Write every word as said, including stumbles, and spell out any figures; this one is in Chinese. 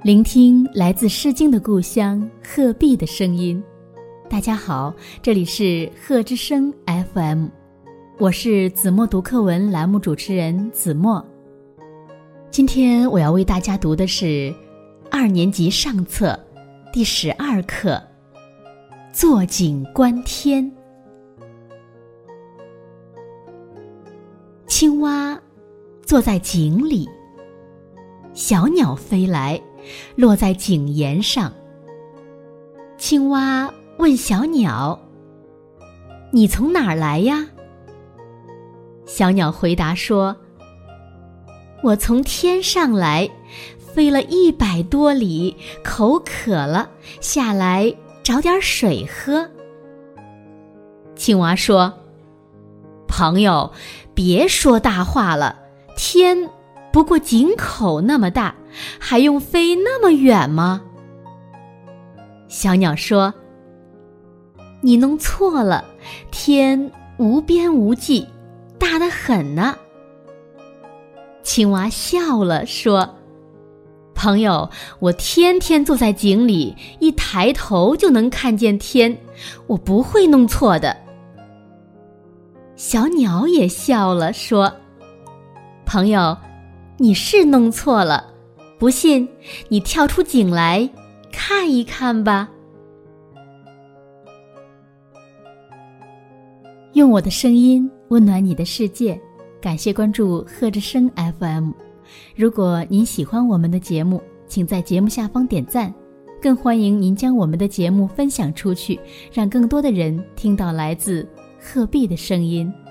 聆听来自诗经的故乡鹤壁的声音。大家好，这里是鹤之声 F M， 我是子墨读课文栏目主持人子墨。今天我要为大家读的是二年级上册第十二课坐井观天。青蛙坐在井里，小鸟飞来，落在井沿上。青蛙问小鸟：“你从哪儿来呀？”小鸟回答说：“我从天上来，飞了一百多里，口渴了，下来找点水喝。”青蛙说：“朋友，别说大话了，天不过井口那么大，还用飞那么远吗？”小鸟说：“你弄错了，天无边无际，大得很呢。”青蛙笑了，说：“朋友，我天天坐在井里，一抬头就能看见天，我不会弄错的。”小鸟也笑了，说：“朋友，你是弄错了，不信你跳出井来看一看吧。”用我的声音温暖你的世界，感谢关注鹤之声 F M。 如果您喜欢我们的节目，请在节目下方点赞，更欢迎您将我们的节目分享出去，让更多的人听到来自鹤壁的声音。